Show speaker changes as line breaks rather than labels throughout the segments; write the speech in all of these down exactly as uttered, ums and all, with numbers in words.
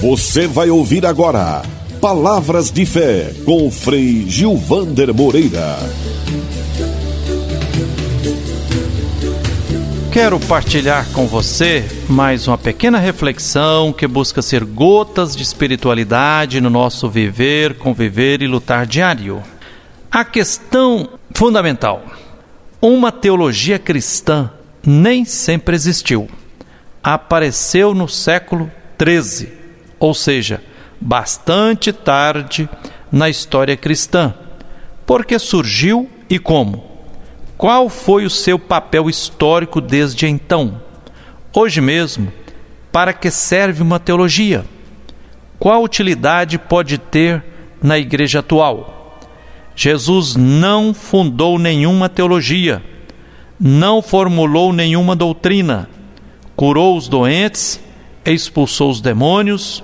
Você vai ouvir agora Palavras de Fé com o Frei Gilvander Moreira.
Quero partilhar com você mais uma pequena reflexão que busca ser gotas de espiritualidade no nosso viver, conviver e lutar diário. A questão fundamental: uma teologia cristã nem sempre existiu. Apareceu no século treze, ou seja, bastante tarde na história cristã. Por que surgiu e como? Qual foi o seu papel histórico desde então? Hoje mesmo, para que serve uma teologia? Qual utilidade pode ter na igreja atual? Jesus não fundou nenhuma teologia, não formulou nenhuma doutrina, curou os doentes, expulsou os demônios,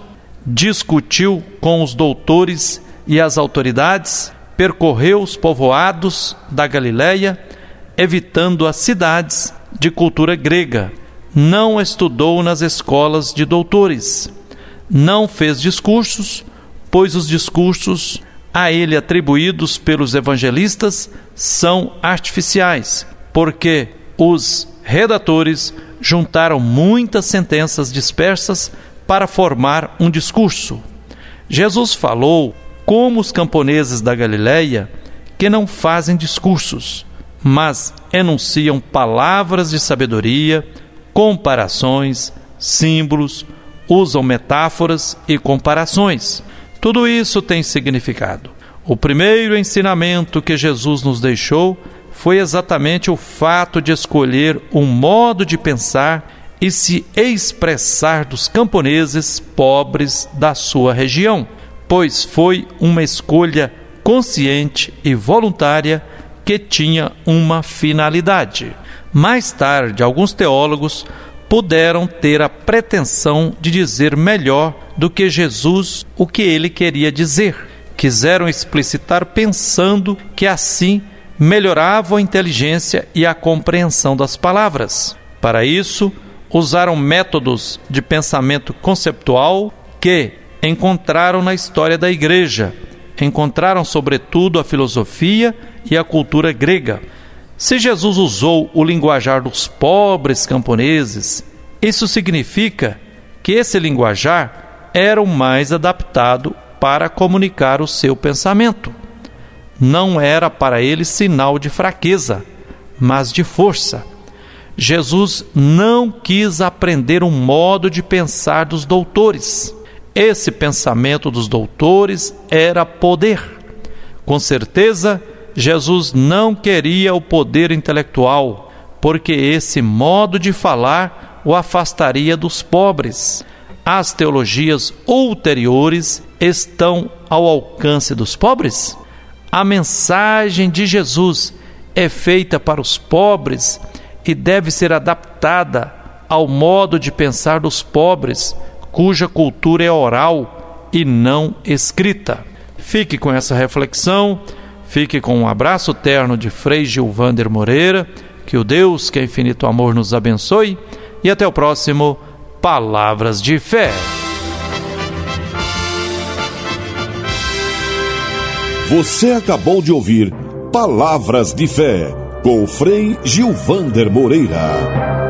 discutiu com os doutores e as autoridades, percorreu os povoados da Galileia, evitando as cidades de cultura grega, não estudou nas escolas de doutores, não fez discursos, pois os discursos a ele atribuídos pelos evangelistas são artificiais, porque os redatores juntaram muitas sentenças dispersas para formar um discurso. Jesus falou como os camponeses da Galileia, que não fazem discursos, mas enunciam palavras de sabedoria, comparações, símbolos, usam metáforas e comparações. Tudo isso tem significado. O primeiro ensinamento que Jesus nos deixou foi exatamente o fato de escolher um modo de pensar e se expressar dos camponeses pobres da sua região, pois foi uma escolha consciente e voluntária que tinha uma finalidade. Mais tarde, alguns teólogos puderam ter a pretensão de dizer melhor do que Jesus o que ele queria dizer. Quiseram explicitar pensando que assim melhoravam a inteligência e a compreensão das palavras. Para isso, usaram métodos de pensamento conceptual que encontraram na história da igreja. Encontraram sobretudo a filosofia e a cultura grega. Se Jesus usou o linguajar dos pobres camponeses, isso significa que esse linguajar era o mais adaptado para comunicar o seu pensamento. Não era para ele sinal de fraqueza, mas de força. Jesus não quis aprender um modo de pensar dos doutores. Esse pensamento dos doutores era poder. Com certeza, Jesus não queria o poder intelectual, porque esse modo de falar o afastaria dos pobres. As teologias ulteriores estão ao alcance dos pobres? A mensagem de Jesus é feita para os pobres e deve ser adaptada ao modo de pensar dos pobres, cuja cultura é oral e não escrita. Fique com essa reflexão, fique com um abraço terno de Frei Gilvander Moreira, que o Deus, que é infinito amor, nos abençoe, e até o próximo Palavras de Fé.
Você acabou de ouvir Palavras de Fé com o Frei Gilvander Moreira.